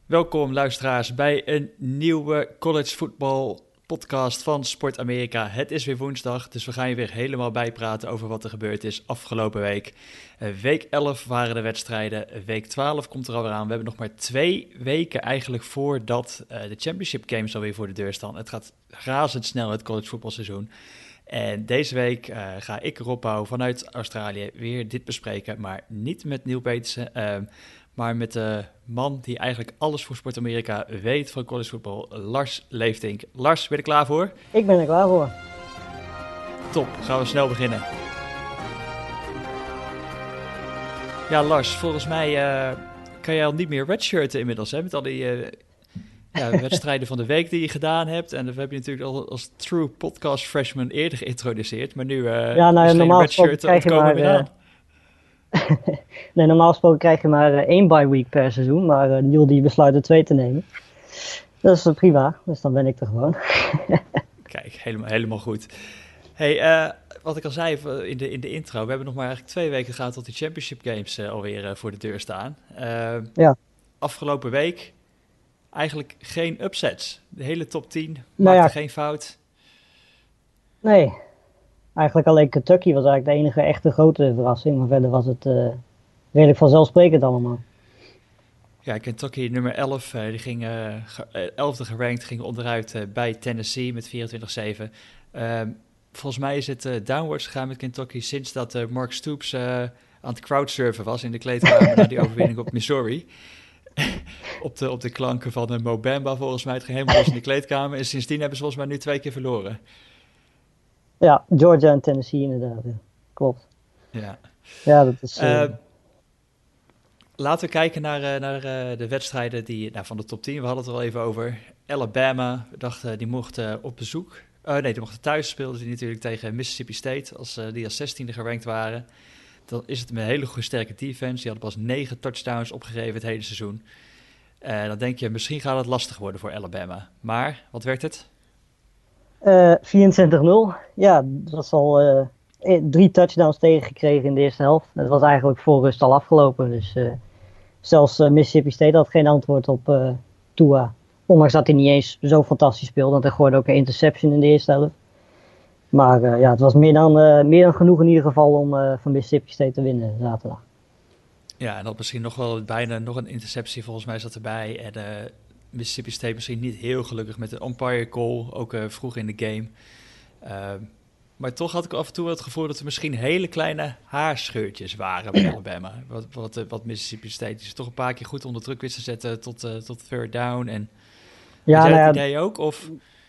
Welkom luisteraars bij een nieuwe college football podcast van Sport Amerika. Het is weer woensdag, dus we gaan je weer helemaal bijpraten over wat er gebeurd is afgelopen week. Week 11 waren de wedstrijden, week 12 komt er alweer aan. We hebben nog maar 2 weken eigenlijk voordat de championship games alweer voor de deur staan. Het gaat razendsnel het college voetbalseizoen. En deze week ga ik, Rob Pauw, vanuit Australië weer dit bespreken, maar niet met Neil Petersen. Maar met de man die eigenlijk alles voor Sport Amerika weet van college voetbal, Lars Leeftink. Lars, ben je er klaar voor? Ik ben er klaar voor. Top, gaan we snel beginnen. Ja, Lars, volgens mij kan jij al niet meer redshirten inmiddels, hè? Met al die wedstrijden van de week die je gedaan hebt. En dat heb je natuurlijk al als true podcast freshman eerder geïntroduceerd. Maar nu normaal redshirt krijg je komen weer aan. Nee, normaal gesproken krijg je maar 1 bye week per seizoen, maar Niel die besluit er 2 te nemen. Dat is prima, dus dan ben ik er gewoon. Kijk, helemaal goed. Hey, wat ik al zei in de intro, we hebben nog maar eigenlijk 2 weken gehad tot die Championship Games alweer voor de deur staan. Ja. Afgelopen week eigenlijk geen upsets. De hele top 10 Nou maakte geen fout. Nee, eigenlijk alleen Kentucky was eigenlijk de enige echte grote verrassing, maar verder was het redelijk vanzelfsprekend allemaal. Ja, Kentucky nummer 11, die ging 11e gerankt, ging onderuit bij Tennessee met 24-7. Volgens mij is het downwards gegaan met Kentucky sinds dat Mark Stoops aan het crowdsurfen was in de kleedkamer na die overwinning op Missouri. op de klanken van Mo Bamba volgens mij. Het ging helemaal los in de kleedkamer. En sindsdien hebben ze volgens mij nu 2 keer verloren. Ja, Georgia en Tennessee inderdaad. Ja. Klopt. Ja, dat is... Laten we kijken naar de wedstrijden van de top 10. We hadden het er al even over. Alabama, we dachten die mochten op bezoek. Die mochten thuis spelen. Die natuurlijk tegen Mississippi State, die als 16e gerankt waren. Dan is het met een hele goede sterke defense. Die hadden pas 9 touchdowns opgegeven het hele seizoen. Dan denk je, misschien gaat het lastig worden voor Alabama. Maar, wat werd het? 24-0. Ja, dat was al 3 touchdowns tegengekregen in de eerste helft. Dat was eigenlijk voor rust al afgelopen. Dus zelfs Mississippi State had geen antwoord op Tua. Ondanks dat hij niet eens zo fantastisch speelde. Want hij gooide ook een interception in de eerste helft. Maar het was meer dan genoeg in ieder geval om van Mississippi State te winnen zaterdag. Ja, en dat misschien nog wel bijna nog een interceptie volgens mij zat erbij. En Mississippi State misschien niet heel gelukkig met de umpire call, ook vroeg in de game. Maar toch had ik af en toe het gevoel dat er misschien hele kleine haarscheurtjes waren bij Alabama. Wat Mississippi State is toch een paar keer goed onder druk wist te zetten tot third down. En had jij dat idee ook? Of?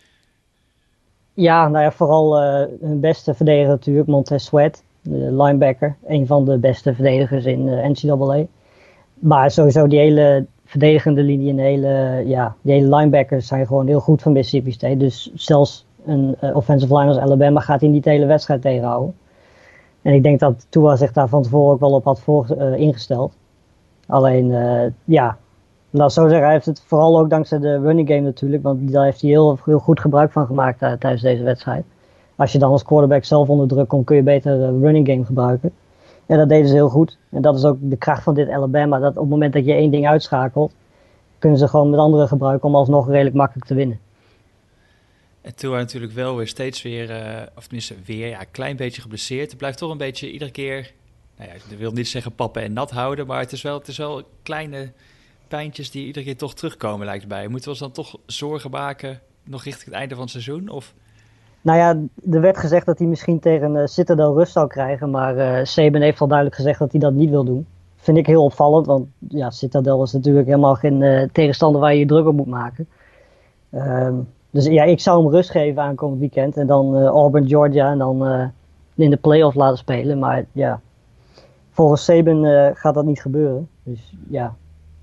Ja, vooral hun beste verdediger natuurlijk, Montez Sweat, de linebacker. Een van de beste verdedigers in de NCAA. Maar sowieso die hele verdedigende linie en die hele linebackers zijn gewoon heel goed van Mississippi State. Dus zelfs een offensive line als Alabama gaat hij niet de hele wedstrijd tegenhouden. En ik denk dat Tua zich daar van tevoren ook wel op had ingesteld. Alleen, laat zo zeggen, hij heeft het vooral ook dankzij de running game natuurlijk. Want daar heeft hij heel goed gebruik van gemaakt tijdens deze wedstrijd. Als je dan als quarterback zelf onder druk komt, kun je beter running game gebruiken. En dat deden ze heel goed. En dat is ook de kracht van dit Alabama. Dat op het moment dat je 1 ding uitschakelt, kunnen ze gewoon met anderen gebruiken om alsnog redelijk makkelijk te winnen. En Tua natuurlijk wel weer steeds weer, een klein beetje geblesseerd. Het blijft toch een beetje iedere keer, ik wil niet zeggen pappen en nat houden, maar het is wel kleine pijntjes die iedere keer toch terugkomen lijkt bij. Moeten we ons dan toch zorgen maken nog richting het einde van het seizoen? Of? Nou ja, er werd gezegd dat hij misschien tegen Citadel rust zou krijgen, maar Saban heeft al duidelijk gezegd dat hij dat niet wil doen. Vind ik heel opvallend, want ja, Citadel is natuurlijk helemaal geen tegenstander waar je je druk op moet maken. Dus ja, ik zou hem rust geven aankomend weekend en dan Auburn, Georgia en dan in de playoff laten spelen. Maar ja, volgens Saban gaat dat niet gebeuren. Dus ja,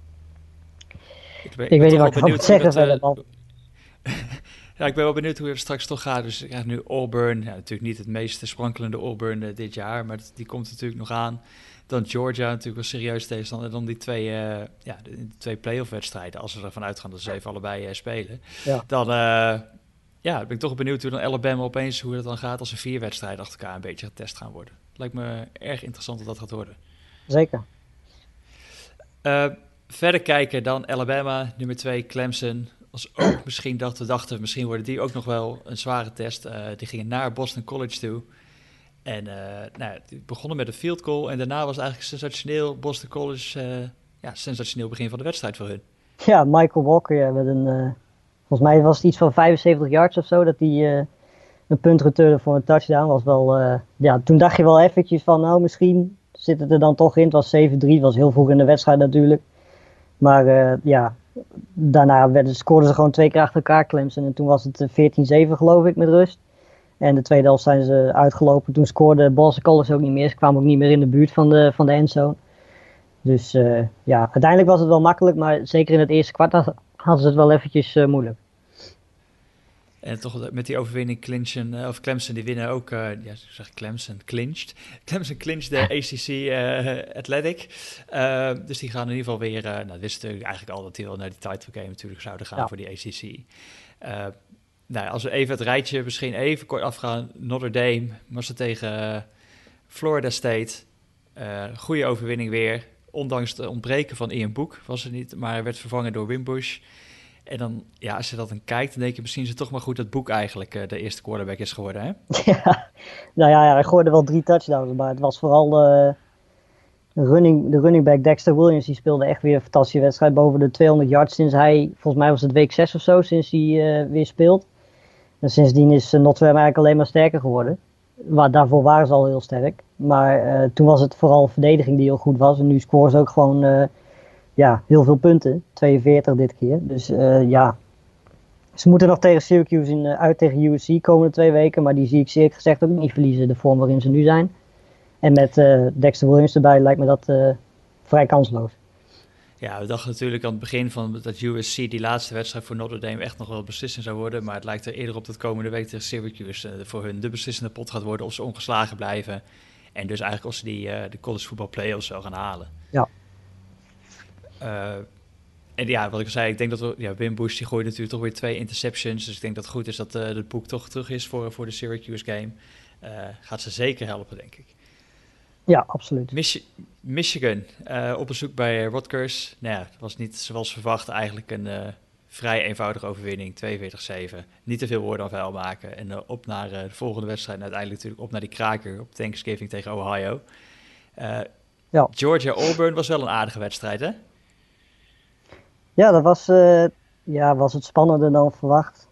ik weet niet wat ik ervan moet zeggen verder. Ja, ik ben wel benieuwd hoe het straks toch gaat. Dus ja, nu Auburn, natuurlijk niet het meest sprankelende Auburn dit jaar, maar die komt natuurlijk nog aan. Dan Georgia natuurlijk wel serieus tegenstander. En dan die twee playoff wedstrijden, als we ervan uitgaan dat ze even allebei spelen. Ja. Dan ben ik toch benieuwd hoe dan Alabama opeens, hoe dat dan gaat als er 4 wedstrijden achter elkaar een beetje getest gaan worden. Lijkt me erg interessant dat gaat worden. Zeker. Verder kijken dan Alabama, nummer 2 Clemson. Was ook misschien dachten misschien worden die ook nog wel een zware test. Die gingen naar Boston College toe. En die begonnen met een field goal. En daarna was het eigenlijk sensationeel. Boston College, sensationeel begin van de wedstrijd voor hun. Ja, Michael Walker met volgens mij was het iets van 75 yards of zo. Dat hij een punt returnen voor een touchdown. Was wel, toen dacht je wel eventjes van nou misschien zit het er dan toch in. Het was 7-3, het was heel vroeg in de wedstrijd natuurlijk. Maar daarna scoorden ze gewoon 2 keer achter elkaar Clemson. En toen was het 14-7 geloof ik met rust. En de tweede helft zijn ze uitgelopen. Toen scoorde Boston College ook niet meer. Ze kwamen ook niet meer in de buurt van de endzone. Dus uiteindelijk was het wel makkelijk. Maar zeker in het eerste kwart hadden ze het wel eventjes moeilijk. En toch met die overwinning Clemson die winnen ook, Clemson clinched de ACC Athletic. Dus die gaan in ieder geval weer, wisten eigenlijk al dat die wel naar die title game natuurlijk zouden gaan voor die ACC. Als we even het rijtje misschien even kort afgaan. Notre Dame was er tegen Florida State. Goede overwinning weer. Ondanks het ontbreken van Ian Book was het niet, maar hij werd vervangen door Wimbush. En dan, als je dat dan kijkt, dan denk je misschien is het toch maar goed dat Book eigenlijk de eerste quarterback is geworden, hè? Ja, hij gooide wel 3 touchdowns, maar het was vooral de running back Dexter Williams, die speelde echt weer een fantastische wedstrijd boven de 200 yards sinds hij, volgens mij was het week 6 of zo, sinds hij weer speelt. En sindsdien is Notre Dame eigenlijk alleen maar sterker geworden. Daarvoor waren ze al heel sterk. Maar toen was het vooral verdediging die heel goed was. En nu scoren ze ook gewoon heel veel punten. 42 dit keer. Dus ze moeten nog tegen Syracuse uit tegen USC komende 2 weken. Maar die zie ik zeer gezegd ook niet verliezen, de vorm waarin ze nu zijn. En met Dexter Williams erbij lijkt me dat vrij kansloos. Ja, we dachten natuurlijk aan het begin van dat USC die laatste wedstrijd voor Notre Dame echt nog wel beslissend zou worden. Maar het lijkt er eerder op dat komende week tegen Syracuse voor hun de beslissende pot gaat worden of ze ongeslagen blijven. En dus eigenlijk of ze de college voetbal playoffs zou gaan halen. Ja. En wat ik zei, ik denk dat Wimbush die gooit natuurlijk toch weer 2 interceptions. Dus ik denk dat het goed is dat het boek toch terug is voor de Syracuse game. Gaat ze zeker helpen, denk ik. Ja, absoluut. Michigan, op bezoek bij Rutgers. Het was niet zoals verwacht eigenlijk een vrij eenvoudige overwinning. 42-7. Niet te veel woorden aan vuil maken. En op naar de volgende wedstrijd. En uiteindelijk natuurlijk op naar die kraker op Thanksgiving tegen Ohio. Georgia-Auburn was wel een aardige wedstrijd, hè? Ja, dat was het spannender dan verwacht.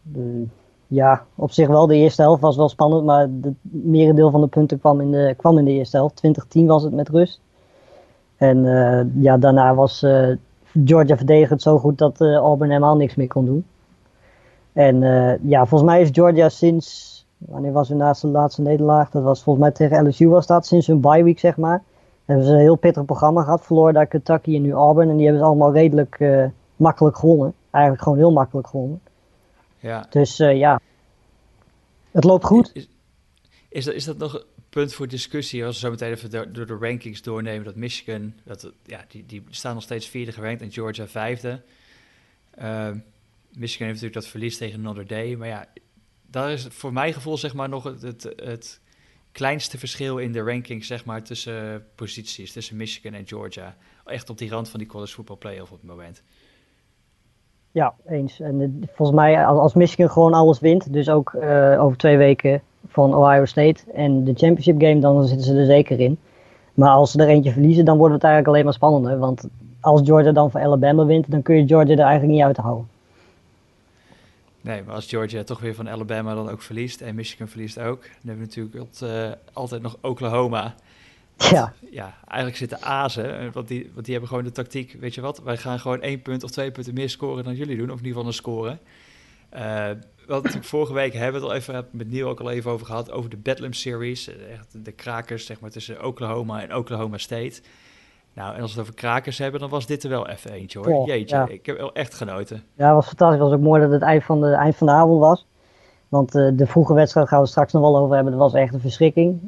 Op zich wel. De eerste helft was wel spannend, maar het merendeel van de punten kwam in de eerste helft. 20-10 was het met rust. En daarna was Georgia verdedigend zo goed dat Auburn helemaal niks meer kon doen. En volgens mij is Georgia sinds, wanneer was hun laatste nederlaag? Dat was volgens mij tegen LSU was dat, sinds hun bye week zeg maar. Hebben ze een heel pittig programma gehad. Florida, Kentucky en nu Auburn. En die hebben ze allemaal redelijk makkelijk gewonnen. Eigenlijk gewoon heel makkelijk gewonnen. Ja. Dus het loopt goed. Is dat nog een punt voor discussie? Als we zo meteen even door de rankings doornemen, dat Michigan, die staan nog steeds 4e gerankt en Georgia 5e. Michigan heeft natuurlijk dat verlies tegen Notre Dame. Maar daar is voor mijn gevoel zeg maar nog het kleinste verschil in de rankings zeg maar tussen posities, tussen Michigan en Georgia. Echt op die rand van die college football playoff op het moment. Ja, eens. En volgens mij als Michigan gewoon alles wint, dus ook over 2 weken van Ohio State en de championship game, dan zitten ze er zeker in. Maar als ze er eentje verliezen, dan wordt het eigenlijk alleen maar spannender. Want als Georgia dan van Alabama wint, dan kun je Georgia er eigenlijk niet uit houden. Nee, maar als Georgia toch weer van Alabama dan ook verliest en Michigan verliest ook, dan hebben we natuurlijk altijd nog Oklahoma. Ja, eigenlijk zitten azen, want die hebben gewoon de tactiek, weet je wat, wij gaan gewoon 1 punt of 2 punten meer scoren dan jullie doen, of in ieder geval een scoren. We hadden natuurlijk vorige week, hebben we het al even met Neil ook al even over gehad, over de Bedlam Series, echt de krakers zeg maar tussen Oklahoma en Oklahoma State. Nou, en als we het over krakers hebben, dan was dit er wel even eentje hoor. Oh, jeetje, ik heb wel echt genoten. Ja, het was fantastisch. Het was ook mooi dat het eind van de avond was. Want de vroege wedstrijd gaan we straks nog wel over hebben. Dat was echt een verschrikking.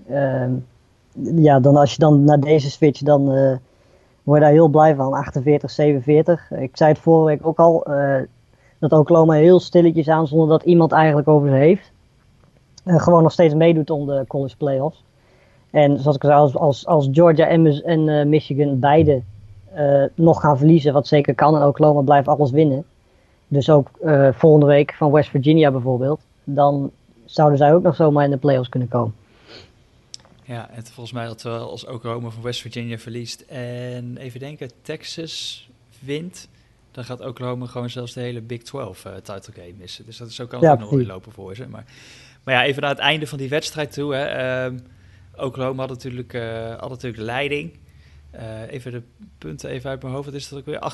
Dan als je dan naar deze switch, dan word je daar heel blij van. 48-47. Ik zei het vorige week ook al. Dat Oklahoma heel stilletjes aan, zonder dat iemand eigenlijk over ze heeft. Gewoon nog steeds meedoet om de college playoffs. En zoals ik zei, als Georgia en Michigan beide nog gaan verliezen, wat zeker kan. En Oklahoma blijft alles winnen. Dus ook volgende week van West Virginia bijvoorbeeld. Dan zouden zij ook nog zomaar in de playoffs kunnen komen. Ja, en volgens mij dat als Oklahoma van West Virginia verliest en even denken, Texas wint, dan gaat Oklahoma gewoon zelfs de hele Big 12 title game missen. Dus zo kan het ook nog wel lopen voor ze. Maar ja, even naar het einde van die wedstrijd toe. Hè. Oklahoma had natuurlijk de leiding. Even de punten even uit mijn hoofd. Wat is dat ook weer?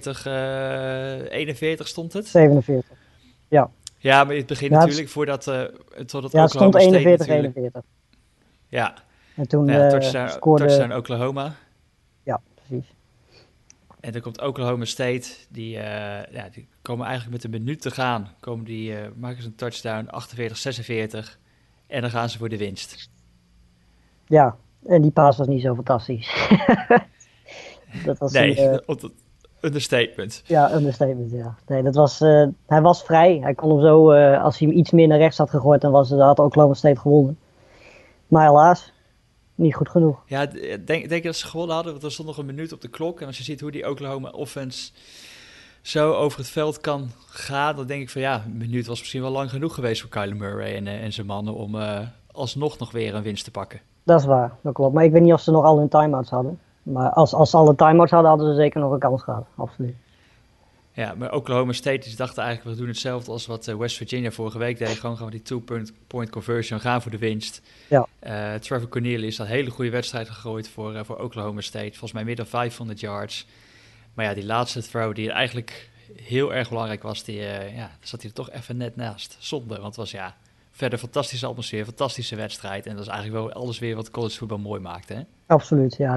41 stond het? 47, ja. Ja, maar in het begin natuurlijk, voordat totdat ja, het Oklahoma stond 41-41. Ja. En toen scoorde... touchdown Oklahoma. Ja, precies. En dan komt Oklahoma State, die komen eigenlijk met een minuut te gaan, maken ze een touchdown, 48-46, en dan gaan ze voor de winst. Ja, en die paas was niet zo fantastisch. Dat was understatement. Ja, understatement, ja. Nee, hij was vrij. Hij kon hem zo, als hij hem iets meer naar rechts had gegooid, dan had Oklahoma State gewonnen. Maar helaas, niet goed genoeg. Ja, denk je dat ze gewonnen hadden? Want er stond nog een minuut op de klok. En als je ziet hoe die Oklahoma offense zo over het veld kan gaan, dan denk ik van ja, een minuut was misschien wel lang genoeg geweest voor Kyler Murray en zijn mannen om alsnog nog weer een winst te pakken. Dat is waar, dat klopt. Maar ik weet niet of ze nog al hun timeouts hadden. Maar als ze alle timeouts hadden ze zeker nog een kans gehad. Absoluut. Ja, maar Oklahoma State die dachten eigenlijk, we doen hetzelfde als wat West Virginia vorige week deed. Gewoon gaan we die two-point conversion, gaan voor de winst. Ja. Trevor Cornelius had een hele goede wedstrijd gegooid voor Oklahoma State. Volgens mij meer dan 500 yards. Maar ja, die laatste throw die eigenlijk heel erg belangrijk was, daar zat hij er toch even net naast. Zonde, want het was verder fantastische atmosfeer, fantastische wedstrijd. En dat is eigenlijk wel alles weer wat college voetbal mooi maakte, hè? Absoluut, ja.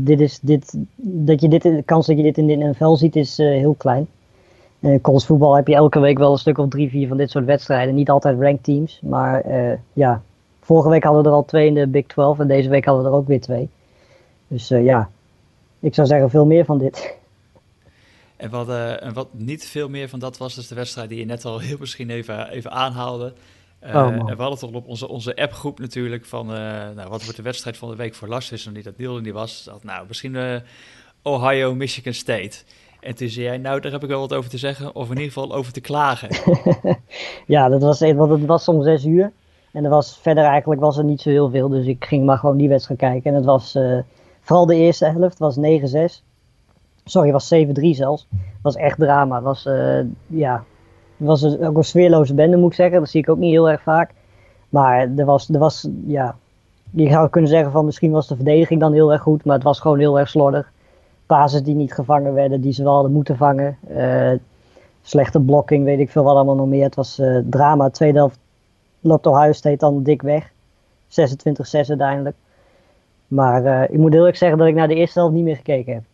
De kans dat je dit in de NFL ziet is heel klein. College voetbal heb je elke week wel een stuk of 3-4 van dit soort wedstrijden. Niet altijd ranked teams, maar vorige week hadden we er al 2 in de Big 12 en deze week hadden we er ook weer 2. Dus ik zou zeggen veel meer van dit. En wat niet veel meer van dat was, dus de wedstrijd die je net al heel misschien even aanhaalde. En we hadden het al op onze appgroep natuurlijk van wat wordt de wedstrijd van de week voor Lars, wist nog niet dat Niel er niet was. Misschien Ohio, Michigan State. En toen zei jij, daar heb ik wel wat over te zeggen, of in ieder geval over te klagen. Ja, want het was om 6 uur. En verder eigenlijk was er niet zo heel veel, dus ik ging maar gewoon die wedstrijd kijken. En het was, vooral de eerste helft, was 9-6. Sorry, was 7-3 zelfs. Het was echt drama. Het was ook een sfeerloze bende, moet ik zeggen. Dat zie ik ook niet heel erg vaak. Maar je zou kunnen zeggen van misschien was de verdediging dan heel erg goed, maar het was gewoon heel erg slordig. Passes die niet gevangen werden, die ze wel hadden moeten vangen. Slechte blocking, weet ik veel wat allemaal nog meer. Het was drama. De tweede helft loopt Ohio State dan dik weg. 26-6 uiteindelijk. Maar ik moet heel erg zeggen dat ik naar de eerste helft niet meer gekeken heb.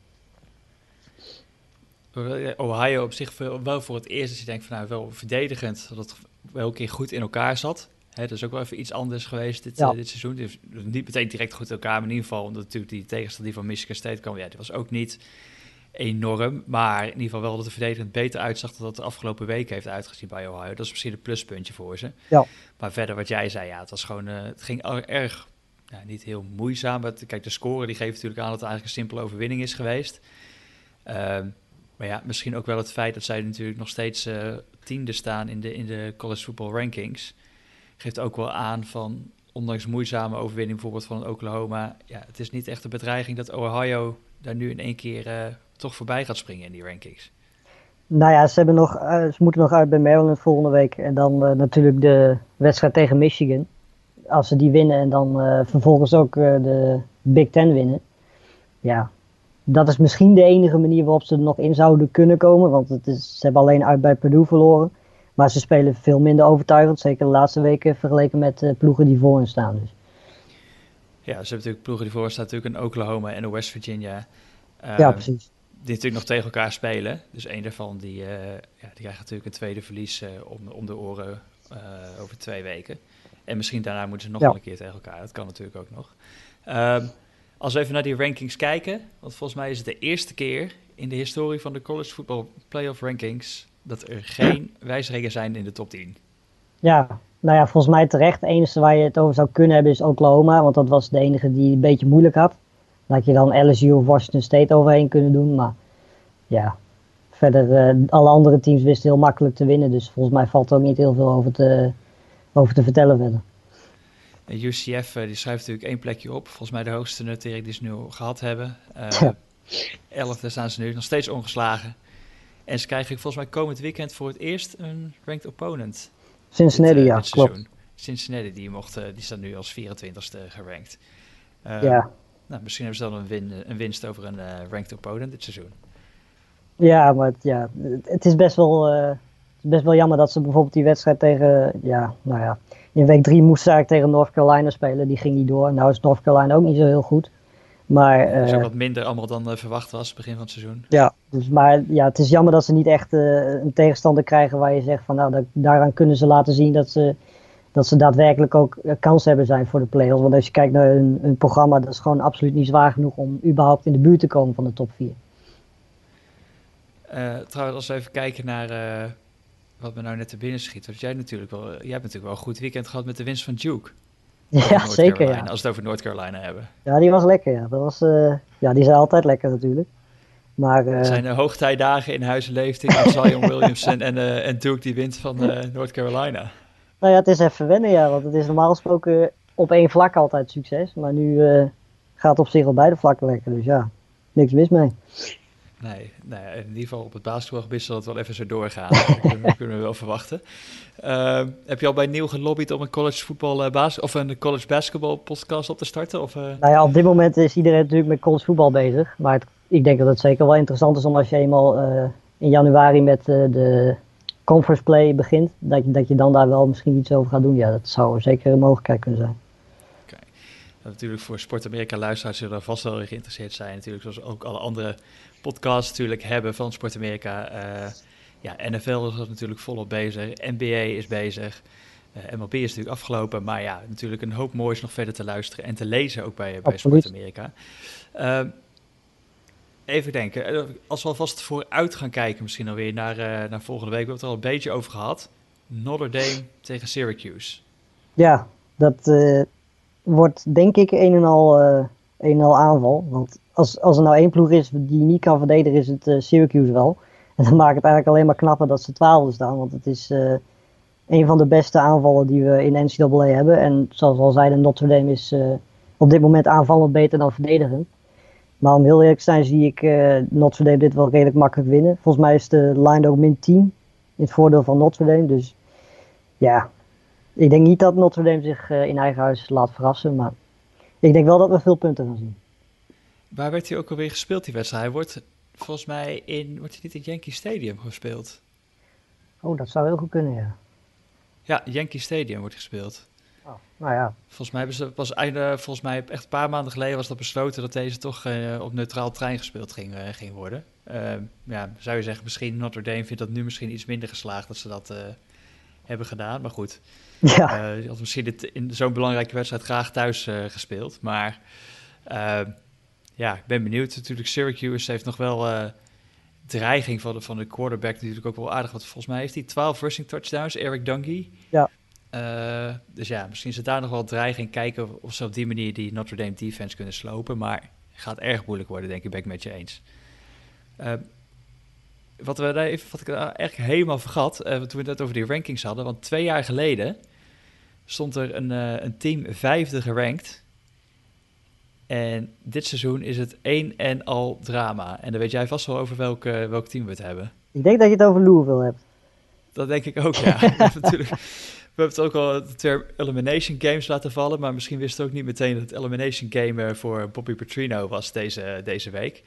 Ohio op zich wel voor het eerst, als je denkt van wel verdedigend, dat het wel een keer goed in elkaar zat. Dat is ook wel even iets anders geweest dit seizoen. Dus niet meteen direct goed in elkaar, maar in ieder geval, omdat natuurlijk die tegenstander die van Michigan State kwam, die was ook niet enorm. Maar in ieder geval wel dat de verdedigend beter uitzag dan dat de afgelopen weken heeft uitgezien bij Ohio. Dat is misschien een pluspuntje voor ze. Ja. Maar verder wat jij zei, het was gewoon, het ging erg, niet heel moeizaam. Maar kijk, de score die geeft natuurlijk aan dat het eigenlijk een simpele overwinning is geweest. Maar misschien ook wel het feit dat zij natuurlijk nog steeds 10e staan in de college football rankings. Geeft ook wel aan van, ondanks moeizame overwinning bijvoorbeeld van Oklahoma, het is niet echt een bedreiging dat Ohio daar nu in één keer toch voorbij gaat springen in die rankings. Nou ja, ze moeten nog uit bij Maryland volgende week en dan natuurlijk de wedstrijd tegen Michigan. Als ze die winnen en dan vervolgens ook de Big Ten winnen. Ja, dat is misschien de enige manier waarop ze er nog in zouden kunnen komen, want ze hebben alleen uit bij Purdue verloren. Maar ze spelen veel minder overtuigend, zeker de laatste weken vergeleken met ploegen die voor hen staan. Dus. Ja, ze hebben natuurlijk ploegen die voor hen staan, natuurlijk in Oklahoma en West Virginia. Ja, precies. Die natuurlijk nog tegen elkaar spelen. Dus één daarvan die krijgt natuurlijk een tweede verlies om de oren over 2 weken. En misschien daarna moeten ze nog wel een keer tegen elkaar. Dat kan natuurlijk ook nog. Als we even naar die rankings kijken, want volgens mij is het de eerste keer in de historie van de college football playoff rankings dat er geen wijzigingen zijn in de top 10. Ja, nou ja, volgens mij terecht. Het enige waar je het over zou kunnen hebben is Oklahoma, want dat was de enige die een beetje moeilijk had. Dat je dan LSU of Washington State overheen kunnen doen. Maar ja, verder alle andere teams wisten heel makkelijk te winnen. Dus volgens mij valt er ook niet heel veel over te vertellen verder. UCF die schrijft natuurlijk 1 plekje op. Volgens mij de hoogste notering die ze nu gehad hebben. 11e staan ze nu, nog steeds ongeslagen. En ze krijgen volgens mij komend weekend voor het eerst een ranked opponent. Cincinnati, dit klopt. seizoen. Cincinnati, die staat nu als 24ste gerankt. Nou, misschien hebben ze dan een winst over een ranked opponent dit seizoen. Ja, maar het is best wel jammer dat ze bijvoorbeeld die wedstrijd tegen, in week 3 moesten ze eigenlijk tegen North Carolina spelen. Die ging niet door. Nou is North Carolina ook niet zo heel goed. Maar, dat is ook wat minder allemaal dan verwacht was begin van het seizoen. Ja, maar het is jammer dat ze niet echt een tegenstander krijgen waar je zegt van nou, daaraan kunnen ze laten zien dat ze daadwerkelijk ook kans hebben zijn voor de play-offs. Want als je kijkt naar hun programma, dat is gewoon absoluut niet zwaar genoeg om überhaupt in de buurt te komen van de top 4. Trouwens, als we even kijken naar wat me nou net te binnen schiet. Want jij hebt natuurlijk wel een goed weekend gehad met de winst van Duke. Ja, zeker. Ja. Als we het over North Carolina hebben. Ja, die was lekker. Ja. Die zijn altijd lekker natuurlijk. Maar, het zijn hoogtijdagen in huis en leeftijd met Zion Williamson en Duke die wint van North Carolina. Nou ja, het is even wennen, ja. Want het is normaal gesproken op 1 vlak altijd succes. Maar nu gaat het op zich op beide vlakken lekker. Dus ja, niks mis mee. Nee, in ieder geval op het basketbalgebied zal het wel even zo doorgaan. Dat kunnen we wel verwachten. Heb je al bij Neil gelobbyd om een college voetbal of een college basketball podcast op te starten? Of, Nou ja, op dit moment is iedereen natuurlijk met college voetbal bezig. Maar ik denk dat het zeker wel interessant is om als je eenmaal in januari met de conference play begint, dat je dan daar wel misschien iets over gaat doen. Ja, dat zou zeker een mogelijkheid kunnen zijn. Natuurlijk voor Sport Amerika luisteraars zullen er vast wel geïnteresseerd zijn. Natuurlijk zoals ook alle andere podcasts natuurlijk hebben van Sport Amerika. NFL is er natuurlijk volop bezig. NBA is bezig. MLB is natuurlijk afgelopen. Maar ja, natuurlijk een hoop moois nog verder te luisteren en te lezen ook bij Sport Amerika. Even denken. Als we alvast vooruit gaan kijken misschien alweer naar volgende week. We hebben het er al een beetje over gehad. Notre Dame tegen Syracuse. Ja, dat wordt denk ik een en al aanval. Want als er nou 1 ploeg is die niet kan verdedigen, is het Syracuse wel. En dan maakt het eigenlijk alleen maar knapper dat ze 12e staan. Want het is een van de beste aanvallen die we in NCAA hebben. En zoals we al zeiden, Notre Dame is op dit moment aanvallend beter dan verdedigend. Maar om heel eerlijk te zijn zie ik Notre Dame dit wel redelijk makkelijk winnen. Volgens mij is de line ook -10 in het voordeel van Notre Dame. Dus ja, ik denk niet dat Notre Dame zich in eigen huis laat verrassen. Maar ik denk wel dat we veel punten gaan zien. Waar werd hij ook alweer gespeeld, die wedstrijd? Hij wordt volgens mij wordt hij niet in Yankee Stadium gespeeld? Oh, dat zou heel goed kunnen, ja. Ja, Yankee Stadium wordt gespeeld. Oh, nou ja. Volgens mij hebben ze echt een paar maanden geleden was dat besloten dat deze toch op neutraal terrein gespeeld ging worden. Zou je zeggen, misschien Notre Dame vindt dat nu misschien iets minder geslaagd dat ze dat hebben gedaan. Maar goed, je had misschien in zo'n belangrijke wedstrijd graag thuis gespeeld. Maar ik ben benieuwd. Natuurlijk, Syracuse heeft nog wel dreiging van de quarterback natuurlijk ook wel aardig. Want volgens mij heeft hij 12 rushing touchdowns, Eric Dungy. Ja. Dus ja, misschien zit daar nog wel dreiging. Kijken of ze op die manier die Notre Dame defense kunnen slopen. Maar het gaat erg moeilijk worden, denk ik, ben ik met je eens. Wat ik eigenlijk helemaal vergat, toen we het net over die rankings hadden. Want 2 jaar geleden stond er een team 5e gerankt. En dit seizoen is het 1 en al drama. En dan weet jij vast wel over welk team we het hebben. Ik denk dat je het over Louisville hebt. Dat denk ik ook, ja. Natuurlijk. We hebben het ook al de term Elimination Games laten vallen. Maar misschien wist het ook niet meteen dat het Elimination Game voor Bobby Petrino was deze week.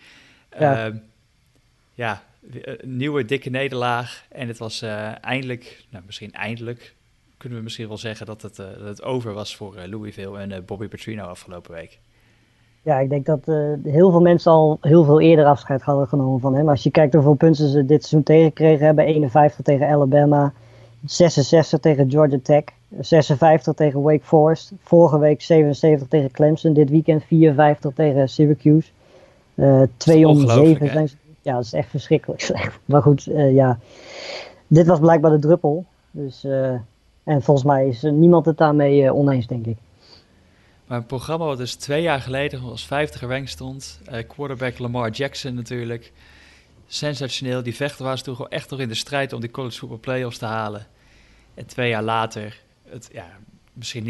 Een nieuwe dikke nederlaag. En het was eindelijk, kunnen we misschien wel zeggen dat het over was voor Louisville en Bobby Petrino afgelopen week. Ja, ik denk dat heel veel mensen al heel veel eerder afscheid hadden genomen van hem. Als je kijkt hoeveel punten ze dit seizoen tegengekregen hebben. 51 tegen Alabama, 66 tegen Georgia Tech, 56 tegen Wake Forest. Vorige week 77 tegen Clemson, dit weekend 54 tegen Syracuse. 207 zijn ze. Ja, dat is echt verschrikkelijk. Maar goed, dit was blijkbaar de druppel. Dus, en volgens mij is niemand het daarmee oneens, denk ik. Maar een programma wat dus 2 jaar geleden als 50 gerankt stond. Quarterback Lamar Jackson natuurlijk. Sensationeel. Die vechten waren toen gewoon echt nog in de strijd om die college football playoffs te halen. En 2 jaar later, misschien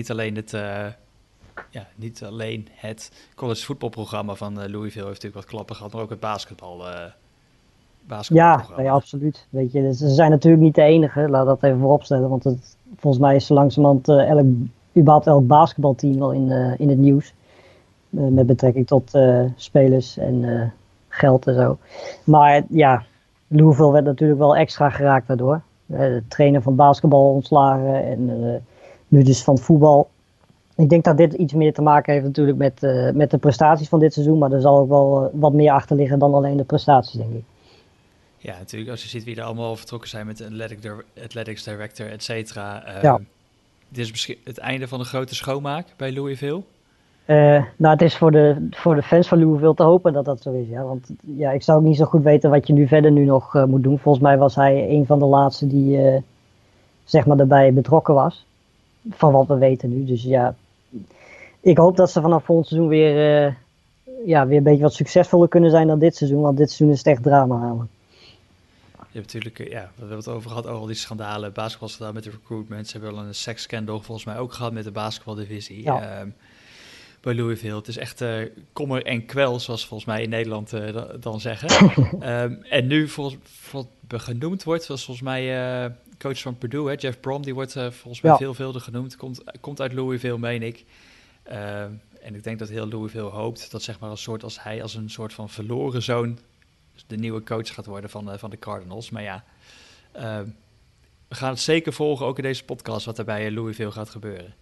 niet alleen het college voetbalprogramma van Louisville heeft natuurlijk wat klappen gehad, maar ook het basketbalprogramma. Ja, absoluut. Weet je, ze zijn natuurlijk niet de enige, laat dat even vooropstellen. Want volgens mij is zo langzamerhand überhaupt elk basketbalteam wel in het nieuws. Met betrekking tot spelers en geld en zo. Maar ja, Louisville werd natuurlijk wel extra geraakt daardoor. De trainer van basketbal ontslagen en nu dus van voetbal. Ik denk dat dit iets meer te maken heeft natuurlijk met de prestaties van dit seizoen. Maar er zal ook wel wat meer achter liggen dan alleen de prestaties, denk ik. Ja, natuurlijk. Als je ziet wie er allemaal vertrokken zijn met een athletics director, et cetera. Dit is misschien het einde van een grote schoonmaak bij Louisville. Het is voor de fans van Louisville te hopen dat dat zo is. Ja. Want ja, ik zou ook niet zo goed weten wat je nu verder nog moet doen. Volgens mij was hij een van de laatste die zeg maar daarbij betrokken was. Van wat we weten nu. Dus ja, ik hoop dat ze vanaf volgend seizoen weer een beetje wat succesvoller kunnen zijn dan dit seizoen. Want dit seizoen is het echt drama halen. Je hebt natuurlijk, we hebben het over gehad, al die schandalen, basketbalschandalen met de recruitment. Ze hebben wel een seksscandal volgens mij ook gehad met de basketbaldivisie. Ja. Bij Louisville. Het is echt kommer en kwel, zoals volgens mij in Nederland dan zeggen. En nu wat genoemd wordt, was volgens mij coach van Purdue, hè, Jeff Brom, die wordt volgens mij veelvuldig genoemd. Komt uit Louisville, meen ik. En ik denk dat heel Louisville hoopt dat zeg maar als een soort van verloren zoon de nieuwe coach gaat worden van de Cardinals. Maar ja, we gaan het zeker volgen, ook in deze podcast, wat er bij Louisville gaat gebeuren.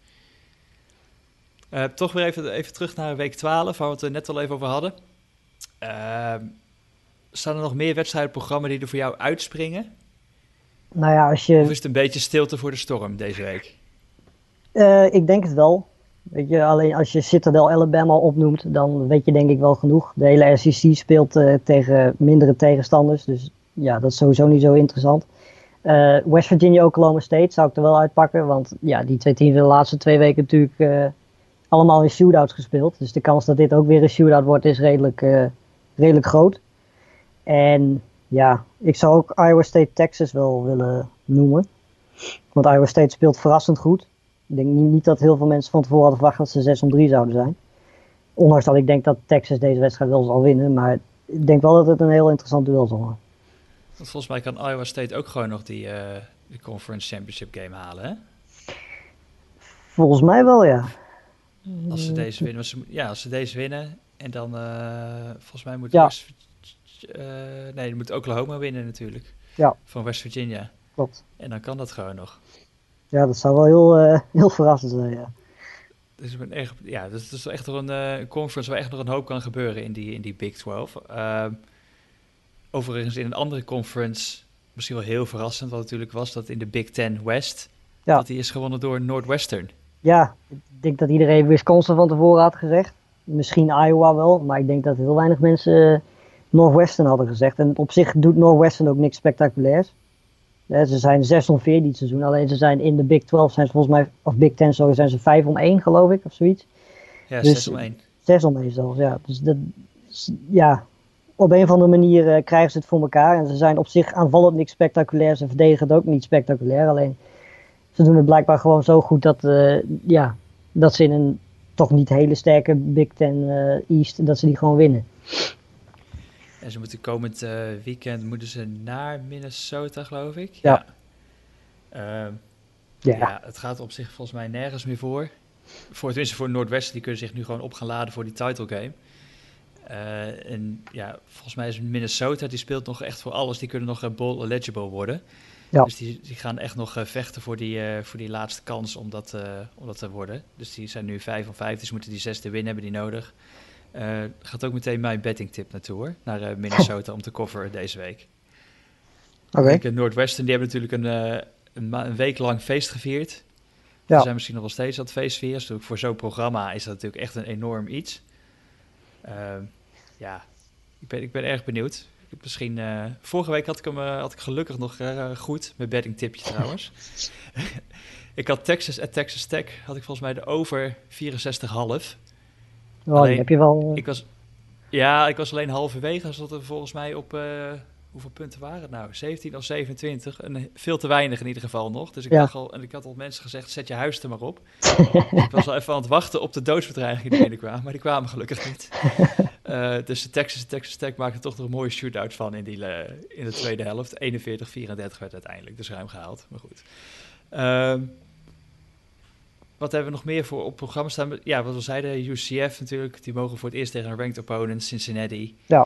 Toch weer even terug naar week 12, waar we het er net al even over hadden. Staan er nog meer wedstrijden op het programma die er voor jou uitspringen? Nou ja, Of is het een beetje stilte voor de storm deze week? Ik denk het wel. Weet je, alleen als je Citadel Alabama opnoemt, dan weet je denk ik wel genoeg. De hele SEC speelt tegen mindere tegenstanders, dus ja, dat is sowieso niet zo interessant. West Virginia, Oklahoma State zou ik er wel uitpakken, want ja, die twee teams hebben de laatste 2 weken natuurlijk allemaal in shootouts gespeeld. Dus de kans dat dit ook weer een shootout wordt is redelijk groot. En ja, ik zou ook Iowa State Texas wel willen noemen. Want Iowa State speelt verrassend goed. Ik denk niet dat heel veel mensen van tevoren hadden verwacht dat ze 6-3 zouden zijn. Ondanks dat ik denk dat Texas deze wedstrijd wel zal winnen. Maar ik denk wel dat het een heel interessant duel zal worden. Want volgens mij kan Iowa State ook gewoon nog de Conference Championship game halen, hè? Volgens mij wel, ja. Als ze deze winnen. Als ze deze winnen. En dan volgens mij moet moet Oklahoma winnen natuurlijk. Ja. Van West Virginia. Klopt. En dan kan dat gewoon nog. Ja, dat zou wel heel verrassend zijn, ja. Dus het is echt nog een conference waar echt nog een hoop kan gebeuren in die Big 12. Overigens in een andere conference, misschien wel heel verrassend, wat natuurlijk was, dat in de Big 10 West, dat die is gewonnen door Northwestern. Ja, ik denk dat iedereen Wisconsin van tevoren had gezegd. Misschien Iowa wel, maar ik denk dat heel weinig mensen Northwestern hadden gezegd. En op zich doet Northwestern ook niks spectaculairs. Ze zijn 6-4 dit seizoen, alleen ze zijn in de Big 12 zijn ze volgens mij, of Big 10 sorry, zijn ze 5-1 geloof ik, of zoiets. Ja, dus 6-1. 6-1 zelfs, ja. Dus op een of andere manier krijgen ze het voor elkaar. En ze zijn op zich aanvallend niks spectaculairs en verdedigend ook niet spectaculair. Alleen ze doen het blijkbaar gewoon zo goed dat ze in een toch niet hele sterke Big 10 East, dat ze die gewoon winnen. En ze moeten komend weekend naar Minnesota, geloof ik. Ja. Het gaat op zich volgens mij nergens meer voor. Tenminste voor Noordwesten, die kunnen zich nu gewoon op gaan laden voor die title game. Volgens mij is Minnesota, die speelt nog echt voor alles. Die kunnen nog bowl eligible worden. Ja. Dus die gaan echt nog vechten voor die laatste kans om dat te worden. Dus die zijn nu 5-5, dus moeten die 6e winnen, hebben die nodig. Gaat ook meteen mijn betting tip naartoe hoor. Naar Minnesota om te coveren deze week. Oké. Northwestern, die hebben natuurlijk een week lang feest gevierd. Ja. Ze zijn misschien nog wel steeds aan het feest vieren. Dus voor zo'n programma is dat natuurlijk echt een enorm iets. Ik ben erg benieuwd. Misschien, vorige week had ik gelukkig nog goed. Mijn betting tipje trouwens. Ik had Texas Tech. Had ik volgens mij de over 64,5. Oh, die heb je wel... Ik was alleen halverwege. Zat er volgens mij op... hoeveel punten waren het nou? 17 of 27. En veel te weinig in ieder geval nog. Dus ik had al mensen gezegd, zet je huis er maar op. Ik was al even aan het wachten op de doodsbedreigingen die binnenkwamen. Maar die kwamen gelukkig niet. Dus de Texas Tech maakte toch nog een mooie shootout van in de tweede helft. 41-34 werd uiteindelijk dus ruim gehaald. Maar goed. Wat hebben we nog meer voor op programma staan? Ja, wat we zeiden, UCF natuurlijk. Die mogen voor het eerst tegen een ranked opponent, Cincinnati. Ja.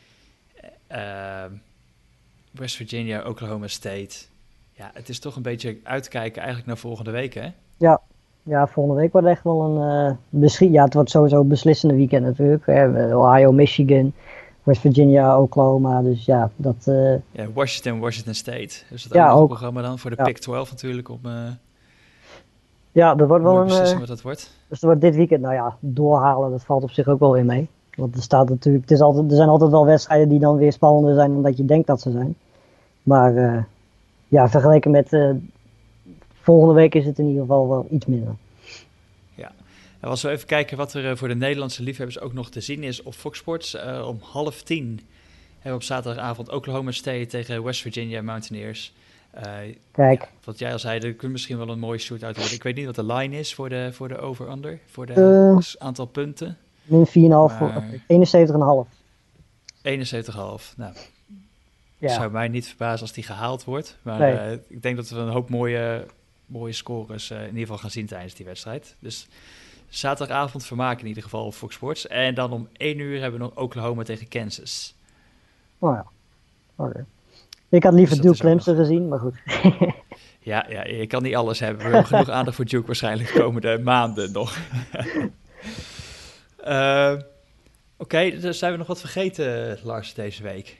West Virginia, Oklahoma State. Ja, het is toch een beetje uitkijken eigenlijk naar volgende week, hè? Ja, volgende week wordt echt wel een... het wordt sowieso een beslissende weekend natuurlijk. Ohio, Michigan, West Virginia, Oklahoma. Dus ja, dat... Ja, Washington State. Dus dat ook een programma dan voor de Pac-12 natuurlijk. Ja, dat wordt wel een... beslissing wat dat wordt. Dus dat wordt dit weekend, doorhalen, dat valt op zich ook wel weer mee. Want er staat natuurlijk... er zijn altijd wel wedstrijden die dan weer spannender zijn dan dat je denkt dat ze zijn. Maar vergeleken met volgende week is het in ieder geval wel iets minder. Ja, en als we even kijken wat er voor de Nederlandse liefhebbers ook nog te zien is op Fox Sports. Om 9:30 hebben we op zaterdagavond Oklahoma State tegen West Virginia Mountaineers. Kijk. Ja, wat jij al zei, er kan misschien wel een mooie shootout worden. Ik weet niet wat de line is voor de over-under, voor de aantal punten. Min 4,5, 71,5. 71,5. Nou, zou mij niet verbazen als die gehaald wordt. Maar ik denk dat we een hoop mooie scores in ieder geval gaan zien tijdens die wedstrijd. Dus zaterdagavond vermaken in ieder geval op Fox Sports. En dan om 1 uur hebben we nog Oklahoma tegen Kansas. Oh ja, oké. Ik had liever Duke Clemson gezien, maar goed. Ja, je kan niet alles hebben. We hebben genoeg aandacht voor Duke waarschijnlijk de komende maanden nog. Oké, dus zijn we nog wat vergeten, Lars, deze week?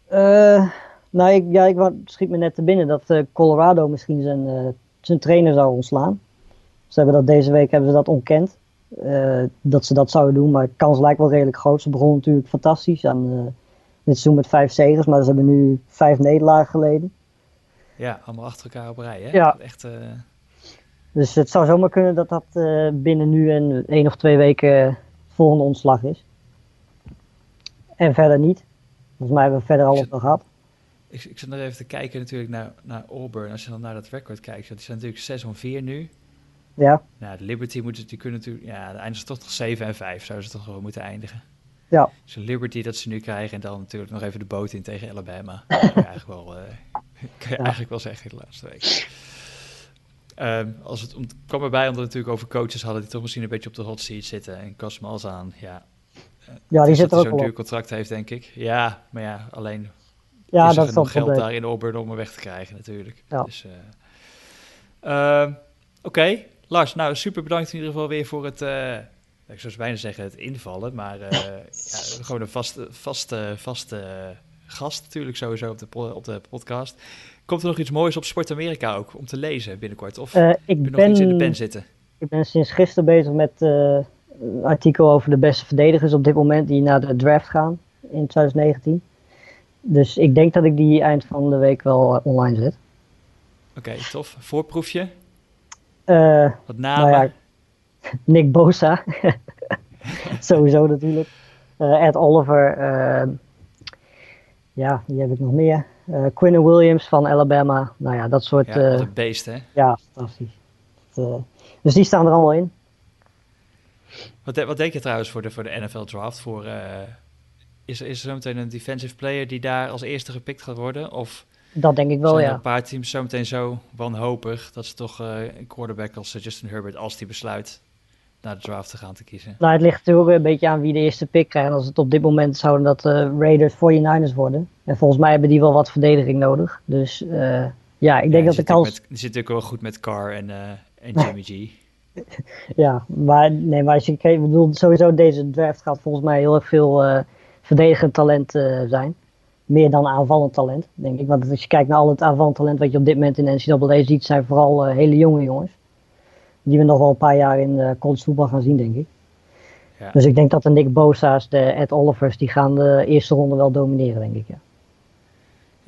Ik schiet me net te binnen dat Colorado misschien zijn trainer zou ontslaan. Deze week hebben ze dat ontkend. Dat ze dat zouden doen, maar de kans lijkt wel redelijk groot. Ze begonnen natuurlijk fantastisch aan dit seizoen met 5 zegers, maar ze hebben nu 5 nederlagen geleden. Ja, allemaal achter elkaar op rij, hè? Ja. Echt, Dus het zou zomaar kunnen dat binnen nu en 1 of 2 weken volgende ontslag is. En verder niet. Volgens mij hebben we verder alles al gehad. Ik zit nog even te kijken natuurlijk naar Auburn. Als je dan naar dat record kijkt, die zijn natuurlijk 6-4 nu. Ja. Nou, de Liberty die kunnen natuurlijk... Ja, dan eindigen ze toch nog 7-5. Zouden ze toch wel moeten eindigen. Ja. Dus de Liberty dat ze nu krijgen en dan natuurlijk nog even de boot in tegen Alabama. Kan je eigenlijk wel zeggen de laatste week. Kwam erbij omdat we natuurlijk over coaches hadden die toch misschien een beetje op de hot seat zitten. En Gus Malzahn, die zit er ook zo'n duur contract heeft, denk ik. Ja, maar ja, alleen is er genoeg geld daar in Auburn om hem weg te krijgen natuurlijk. Ja. Dus, Oké, Lars, nou super bedankt in ieder geval weer voor het, ik zou bijna zeggen het invallen, maar gewoon een vaste gast natuurlijk sowieso op de podcast. Komt er nog iets moois op Sport Amerika ook om te lezen binnenkort? Of heb je nog iets in de pen zitten? Ik ben sinds gisteren bezig met een artikel over de beste verdedigers op dit moment die naar de draft gaan in 2019. Dus ik denk dat ik die eind van de week wel online zet. Oké, tof. Voorproefje? Wat namen? Nou ja, Nick Bosa. Sowieso natuurlijk. Ed Oliver. Die heb ik nog meer. Quinnen Williams van Alabama. Nou ja, dat soort... wat een beest, hè? Ja, fantastisch. Dus die staan er allemaal in. Wat denk je trouwens voor de NFL draft? Is er zometeen een defensive player die daar als eerste gepikt gaat worden? Of dat denk ik wel, zijn er een paar teams zometeen zo wanhopig dat ze toch een quarterback als Justin Herbert, als die besluit naar de draft te kiezen? Nou, het ligt natuurlijk een beetje aan wie de eerste pick krijgt. En als het op dit moment zouden dat Raiders 49ers worden. En volgens mij hebben die wel wat verdediging nodig. Dus ik denk dat de kans... Die zit natuurlijk wel goed met Carr en Jimmy G. Ja, maar als je kijkt, sowieso deze draft gaat volgens mij heel erg veel verdedigend talent zijn. Meer dan aanvallend talent, denk ik. Want als je kijkt naar al het aanvallend talent wat je op dit moment in de NCAA ziet, zijn vooral hele jonge jongens. Die we nog wel een paar jaar in college voetbal gaan zien, denk ik. Ja. Dus ik denk dat de Nick Bosa's, de Ed Olivers, die gaan de eerste ronde wel domineren, denk ik. Ja.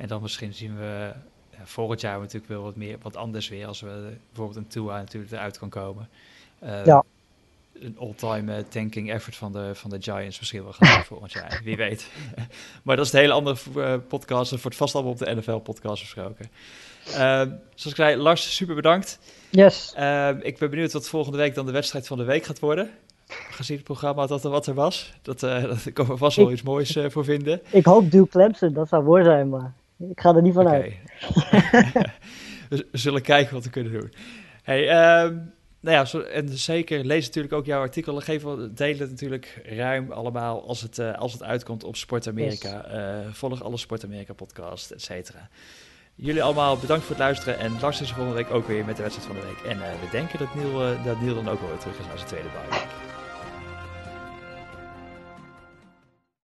En dan misschien zien we volgend jaar natuurlijk wel wat anders weer. Als we bijvoorbeeld een Tua natuurlijk eruit kan komen. Een all-time tanking effort van de Giants misschien wel gaan doen volgend jaar. Wie weet. Maar dat is een hele andere podcast. Dat wordt vast allemaal op de NFL-podcast besproken. Zoals ik zei, Lars, super bedankt. Yes. Ik ben benieuwd wat volgende week dan de wedstrijd van de week gaat worden. Gezien het programma dat er wat er was. Dat kan er vast wel iets moois voor vinden. Ik hoop Duke Clemson, dat zou mooi zijn, maar ik ga er niet van uit. We zullen kijken wat we kunnen doen. Hey, en zeker lees natuurlijk ook jouw artikel. Deel het natuurlijk ruim allemaal als het uitkomt op Sport Amerika. Yes. Volg alle Sport Amerika podcast, et cetera. Jullie allemaal bedankt voor het luisteren. En Lars is er volgende week ook weer met de wedstrijd van de week. En we denken dat Niel dan ook wel weer terug is naar zijn tweede bye.